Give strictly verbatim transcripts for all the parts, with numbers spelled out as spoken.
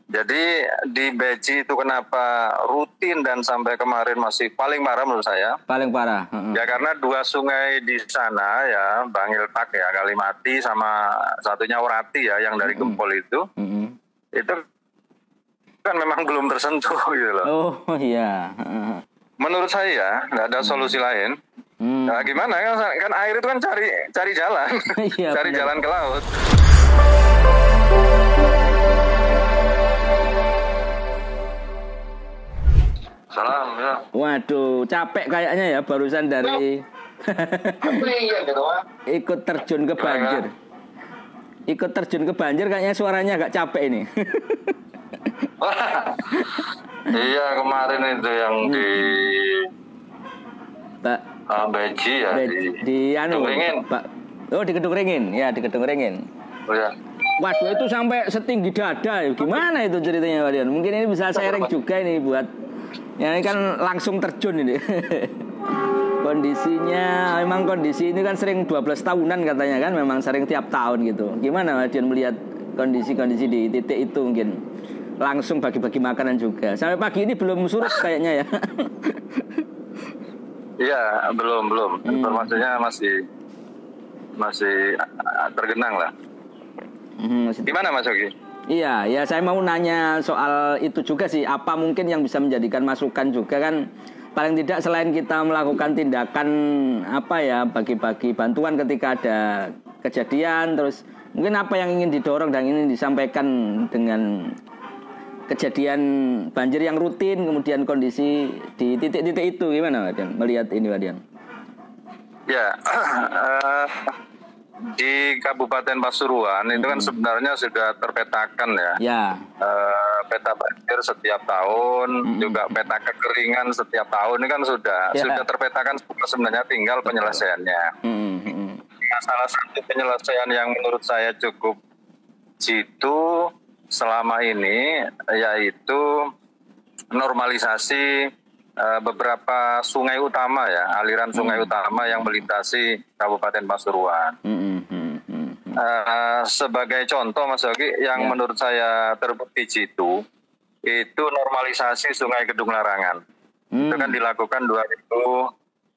Jadi di Beji itu kenapa rutin dan sampai kemarin masih paling parah menurut saya? Paling parah. Uh-uh. Ya karena dua sungai di sana ya, Bangilpak ya, Kalimati sama satunya Orati ya, yang dari uh-uh. Gempol itu, uh-uh. itu kan memang belum tersentuh gitu loh. Oh iya. Uh-uh. Menurut saya nggak ada solusi uh-uh. lain. Hmm. Nah, gimana kan, kan air itu kan cari cari jalan, iya, cari bener. jalan ke laut. Salam ya. Waduh, capek kayaknya ya barusan dari ikut terjun ke banjir. Ikut terjun ke banjir kayaknya suaranya agak capek ini. Iya, kemarin itu yang di Pak uh, Beji ya, Be, di, di anu Ringin. Pak. Oh, di Kedung Ringin. Ya, di Kedung Ringin. Oh ya. Waduh, itu sampai setinggi dada. Gimana itu ceritanya, Pak Dian? Mungkin ini bisa sharing juga ini buat ya, ini kan langsung terjun ini. Kondisinya memang kondisi ini kan sering dua belas tahunan katanya kan, memang sering tiap tahun gitu. Gimana Pak Dian melihat kondisi-kondisi di titik itu mungkin? Langsung bagi-bagi makanan juga. Sampai pagi ini belum surut kayaknya ya. Iya, belum belum. Hmm. Informasinya masih masih tergenang lah. Hmm, masih... Gimana Mas Yogi? Iya, ya saya mau nanya soal itu juga sih. Apa mungkin yang bisa menjadikan masukan juga kan? Paling tidak selain kita melakukan tindakan apa ya, bagi-bagi bantuan ketika ada kejadian, terus mungkin apa yang ingin didorong dan ingin disampaikan dengan kejadian banjir yang rutin, kemudian kondisi di titik-titik itu gimana Pak Dian melihat ini Pak Dian? Ya, uh, di Kabupaten Pasuruan mm-hmm. itu kan sebenarnya sudah terpetakan ya, ya. Uh, peta banjir setiap tahun, mm-hmm. juga peta kekeringan setiap tahun, ini kan sudah ya. sudah terpetakan sebenarnya, tinggal penyelesaiannya. Mm-hmm. Nah, salah satu penyelesaian yang menurut saya cukup jitu selama ini yaitu normalisasi uh, beberapa sungai utama ya, aliran sungai mm-hmm. utama yang melintasi Kabupaten Pasuruan. Mm-hmm. Uh, sebagai contoh Mas Yogi, yang yeah. menurut saya terbukti jitu itu normalisasi Sungai Kedung Larangan. Mm. Itu kan dilakukan dua ribu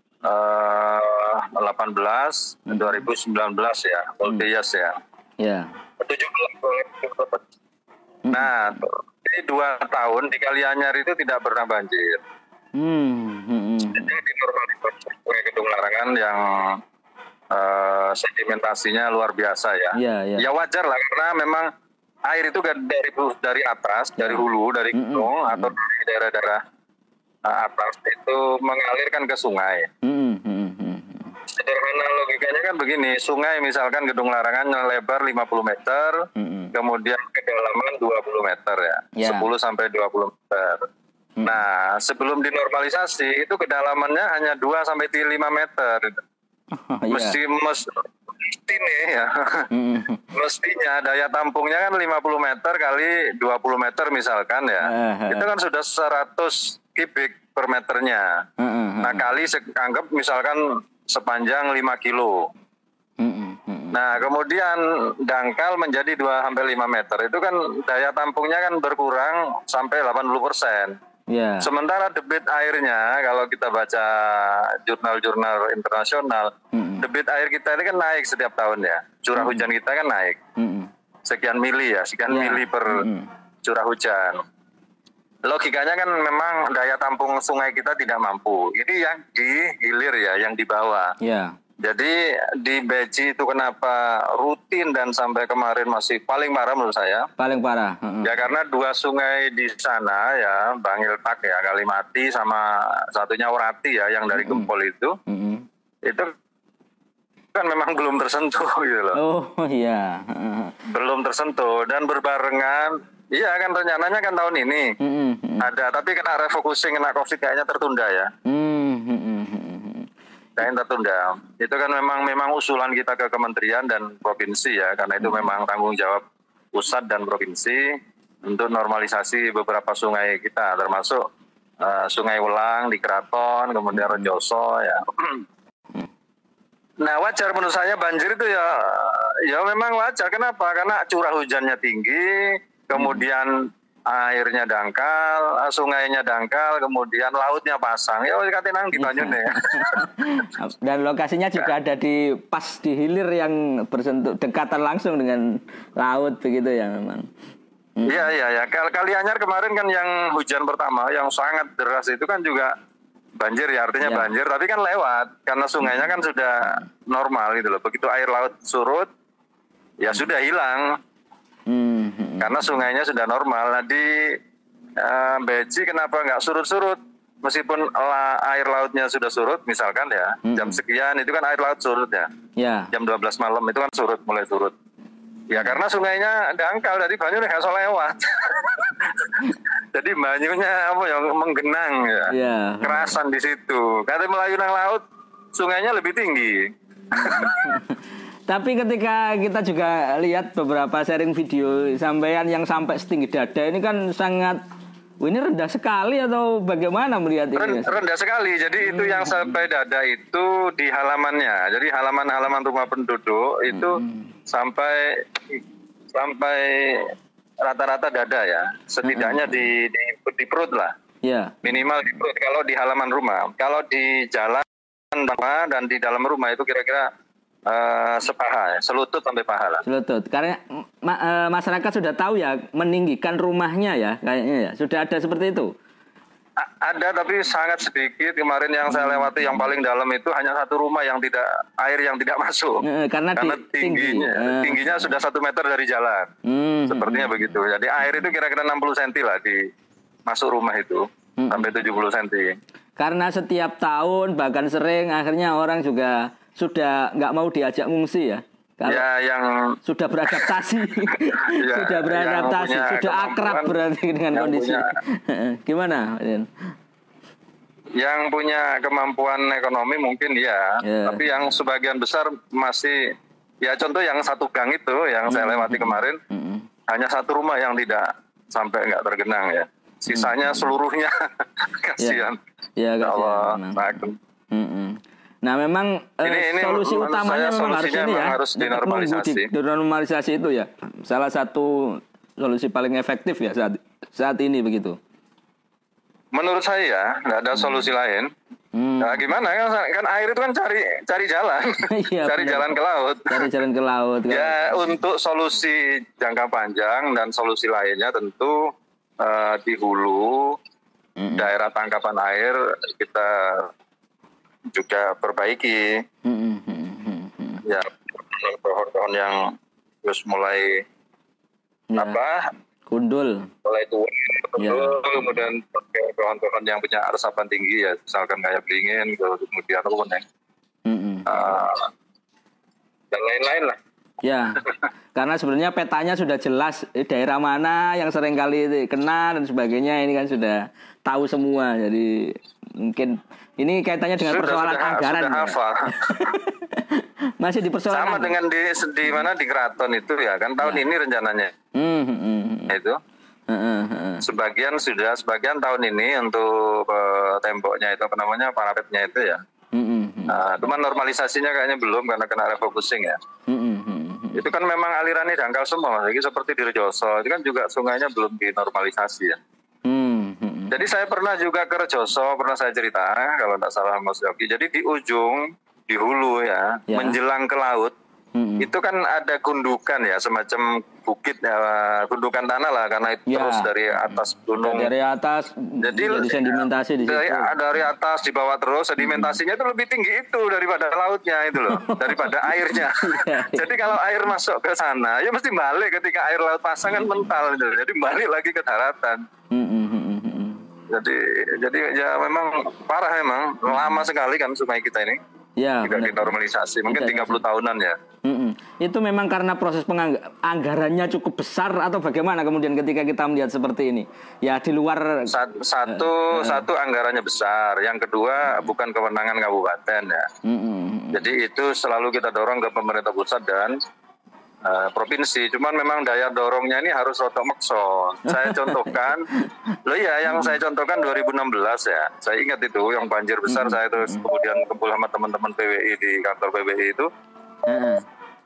delapan belas, mm. dua ribu sembilan belas ya, multi years ya. Yeah. tujuh belas Nah, di dua tahun di Kalianyar itu tidak pernah banjir. Hmm, hmm, hmm. Jadi normalisasi Sungai Kedung Larangan yang uh, sedimentasinya luar biasa ya. Yeah, yeah. Ya wajar lah, karena memang air itu dari dari atas, yeah. dari hulu, dari gunung mm-hmm. atau dari daerah-daerah uh, atas itu mengalirkan ke sungai. Mm-hmm. Sederhana logikanya kan begini, sungai misalkan Kedung Larangan lebar lima puluh meter, mm-hmm. kemudian kedalaman dua puluh meter ya, yeah. sepuluh sampai dua puluh meter. Mm-hmm. Nah, sebelum dinormalisasi itu kedalamannya hanya dua sampai lima meter. Oh, yeah. Mesti mesti nih ya. Mm-hmm. Mestinya daya tampungnya kan lima puluh meter kali dua puluh meter misalkan ya. Uh-huh. Itu kan sudah seratus kubik per meternya. Uh-huh. Nah, kali anggap misalkan sepanjang lima kilo. Mm-hmm. Nah, kemudian dangkal menjadi dua sampai lima meter. Itu kan daya tampungnya kan berkurang sampai delapan puluh persen. Yeah. Sementara debit airnya, kalau kita baca jurnal-jurnal internasional, mm-hmm. debit air kita ini kan naik setiap tahun ya. Curah mm-hmm. hujan kita kan naik. Mm-hmm. Sekian mili ya, sekian yeah. mili per mm-hmm. curah hujan. Logikanya kan memang daya tampung sungai kita tidak mampu. Ini yang di hilir ya, yang di bawah. Yeah. Jadi di Beji itu kenapa rutin dan sampai kemarin masih paling parah menurut saya? Paling parah. Uh-huh. Ya karena dua sungai di sana ya, Bangilpak ya, Kalimati sama satunya Orati ya, yang dari uh-huh. Gempol itu, uh-huh. itu kan memang belum tersentuh gitu loh. Oh iya. Uh-huh. Belum tersentuh dan berbarengan. Iya kan rencananya kan tahun ini mm-hmm. ada, tapi kena refocusing, kena COVID kayaknya tertunda ya. Mm-hmm. Kayaknya tertunda. Itu kan memang memang usulan kita ke kementerian dan provinsi ya, karena itu mm-hmm. memang tanggung jawab pusat dan provinsi untuk normalisasi beberapa sungai kita, termasuk uh, Sungai Welang di Keraton, kemudian mm-hmm. Rejoso ya. Nah wajar menurut saya banjir itu ya, ya memang wajar. Kenapa? Karena curah hujannya tinggi. Kemudian airnya dangkal, sungainya dangkal, kemudian lautnya pasang. Ya kate nang di banyune. Dan lokasinya juga ada di pas di hilir yang bersentuh dekatan langsung dengan laut begitu ya memang. Iya iya ya. Kali Anyar kemarin kan yang hujan pertama yang sangat deras itu kan juga banjir ya, artinya ya. banjir, tapi kan lewat karena sungainya kan sudah normal gitu loh. Begitu air laut surut, ya sudah hilang. Hmm. Karena sungainya sudah normal. Nah di uh, Beji kenapa nggak surut-surut? Meskipun la, air lautnya sudah surut, misalkan ya, hmm. jam sekian itu kan air laut surut ya. ya. Jam dua belas malam itu kan surut, mulai surut. Ya karena sungainya dangkal, jadi banyu nggak bisa lewat. Jadi banyunya apa ya menggenang ya, ya. Kerasan di situ. Kata Melayu nang laut, sungainya lebih tinggi. Tapi ketika kita juga lihat beberapa sharing video sampean yang sampai setinggi dada ini kan sangat, oh ini rendah sekali atau bagaimana melihat ini? Rendah sekali. Jadi itu yang sampai dada itu di halamannya. Jadi halaman-halaman rumah penduduk itu hmm. sampai sampai rata-rata dada ya. Setidaknya hmm. di, di di perut lah. Yeah. Minimal di perut kalau di halaman rumah. Kalau di jalan dan di dalam rumah itu kira-kira Uh, sepaha, ya, selutut sampai paha lah. Selutut, karena ma uh, masyarakat sudah tahu ya meninggikan rumahnya ya, kayaknya ya sudah ada seperti itu. A ada tapi sangat sedikit. Kemarin yang hmm. saya lewati yang paling dalam itu hanya satu rumah yang tidak air yang tidak masuk. Uh, karena karena di, tingginya, tinggi. uh. tingginya sudah satu meter dari jalan. Hmm. Sepertinya hmm. begitu. Jadi air itu kira-kira enam puluh sentimeter lah di masuk rumah itu hmm. sampai tujuh puluh sentimeter. Karena setiap tahun bahkan sering akhirnya orang juga sudah nggak mau diajak ngungsi ya, kalau ya yang sudah beradaptasi, ya, sudah beradaptasi, sudah akrab berarti dengan kondisi. Punya, gimana, yang punya kemampuan ekonomi mungkin ya, yeah. tapi yang sebagian besar masih, ya contoh yang satu gang itu yang mm-hmm. saya lewati kemarin, mm-hmm. hanya satu rumah yang tidak sampai nggak tergenang ya, sisanya mm-hmm. seluruhnya kasihan. Ya, ya Allah, mm-hmm. Nah memang ini, ini solusi utamanya memang harus ini ya, harus dinormalisasi. Di, dinormalisasi itu ya, salah satu solusi paling efektif ya saat saat ini begitu. Menurut saya nggak ada solusi hmm. lain. Hmm. Nah, gimana kan, kan air itu kan cari cari jalan, iya, cari benar. jalan ke laut. Cari jalan ke laut. Kan? Ya untuk solusi jangka panjang dan solusi lainnya tentu uh, di hulu hmm. daerah tangkapan air kita juga perbaiki, mm-hmm. ya pohon-pohon yang terus mulai ya. apa gundul, mulai tua, ya. kemudian pohon-pohon yang punya resapan tinggi ya, misalkan kayak beringin, kemudian rumen, mm-hmm. uh, dan lain-lain lah. Ya, karena sebenarnya petanya sudah jelas daerah mana yang sering kali kena dan sebagainya, ini kan sudah tahu semua, jadi mungkin ini kaitannya dengan sudah, persoalan sudah, anggaran. Sudah hafal. Ya? Masih di persoalan sama anggaran. Dengan di di mana di keraton itu ya kan tahun ya. ini rencananya. Hmm, hmm, hmm. Itu. Hmm, hmm, hmm. Sebagian sudah sebagian tahun ini untuk uh, temboknya itu apa namanya parapetnya itu ya. Hmm, hmm. Nah, cuman normalisasinya kayaknya belum karena kena refocusing ya. Hmm, hmm. Itu kan memang alirannya dangkal semua, lagi seperti di Rejoso itu kan juga sungainya belum dinormalisasi ya. Hmm, hmm. Jadi saya pernah juga ke Rejoso, pernah saya cerita kalau tidak salah Mas Yogi. Jadi di ujung, di hulu ya, ya. menjelang ke laut, hmm. itu kan ada gundukan ya, semacam bukit ya, gundukan tanah lah, karena itu ya. terus dari atas gunung. Dari atas, jadi sedimentasi di situ. Dari, dari atas di bawah terus, sedimentasinya itu lebih tinggi itu daripada lautnya itu loh, daripada airnya. ya, ya. Jadi kalau air masuk ke sana, ya mesti balik ketika air laut pasang kan mental, gitu. Jadi balik lagi ke daratan. Hmm, hmm, hmm. Jadi, jadi ya memang parah memang, lama sekali kan sungai kita ini. Ya, tidak dinormalisasi, mungkin tiga puluh tahunan ya. Mm-mm. Itu memang karena proses penganggarannya cukup besar atau bagaimana kemudian ketika kita melihat seperti ini? Ya di luar satu satu, uh, satu anggarannya besar, yang kedua bukan kewenangan kabupaten ya. Mm-mm. Jadi itu selalu kita dorong ke pemerintah pusat dan Uh, provinsi, cuman memang daya dorongnya ini harus rotok makso. Saya contohkan, lo ya yang saya contohkan dua ribu enam belas ya, saya ingat itu yang banjir besar, mm-hmm. saya terus kemudian kumpul sama teman-teman P W I di kantor P W I itu, mm-hmm.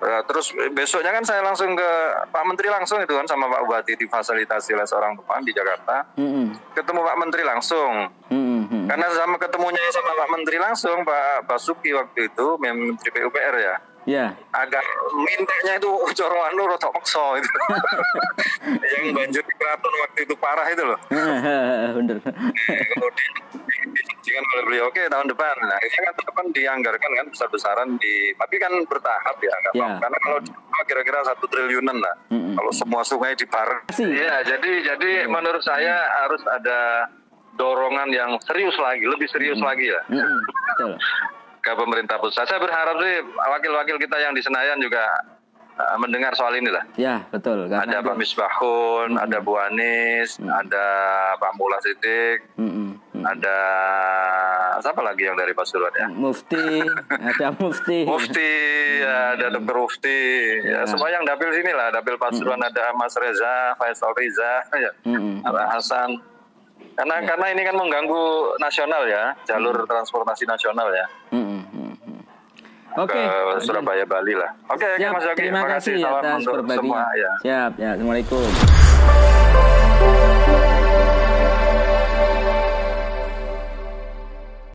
Uh, terus besoknya kan saya langsung ke Pak Menteri langsung itu kan sama Pak Bupati difasilitasi oleh seorang teman di Jakarta. Mm-hmm. Ketemu Pak Menteri langsung. Mm-hmm. Karena sama ketemunya sama Pak Menteri langsung, Pak Basuki waktu itu Menteri P U P R ya. Ya. Agak mintanya itu corong anu rotok makso itu. Yang banjir di Keraton waktu itu parah itu loh. Bener. Kemudian dijanjikan oleh beliau oke tahun depan. Nah, ini kan depan dianggarkan kan besar-besaran di, tapi kan bertahap ya, nggak ya. Karena kalau kira-kira satu triliunan lah. Mm-hmm. Kalau semua sungai dibareng. Iya, jadi jadi mm-hmm. menurut saya harus ada dorongan yang serius lagi, lebih serius mm-hmm. lagi ya. Mm-hmm. Betul. Ke pemerintah pusat. Saya berharap sih wakil-wakil kita yang di Senayan juga uh, mendengar soal ini lah. Ya, betul. Ada Pak Misbahun, hmm. ada Bu Anies, hmm. ada Pak Mullah Siddiq, hmm. ada siapa lagi yang dari Pasuruan ya? Mufti, ada Mufti. Mufti, ya, ada Dokter Mufti. Ya. Ya, semua yang dapil sini lah. Dapil Pasuruan hmm. ada Mas Reza, Faisal Riza, ya. hmm. ada Hasan. Karena ya. karena ini kan mengganggu nasional ya, jalur hmm. transportasi nasional ya. Hmm. Oke, okay. Ke Surabaya, Bali lah. Oke, okay, Mas Yogi. Terima, terima kasih kasih atas untuk berbagi. Semua, ya. Siap, ya. Assalamualaikum.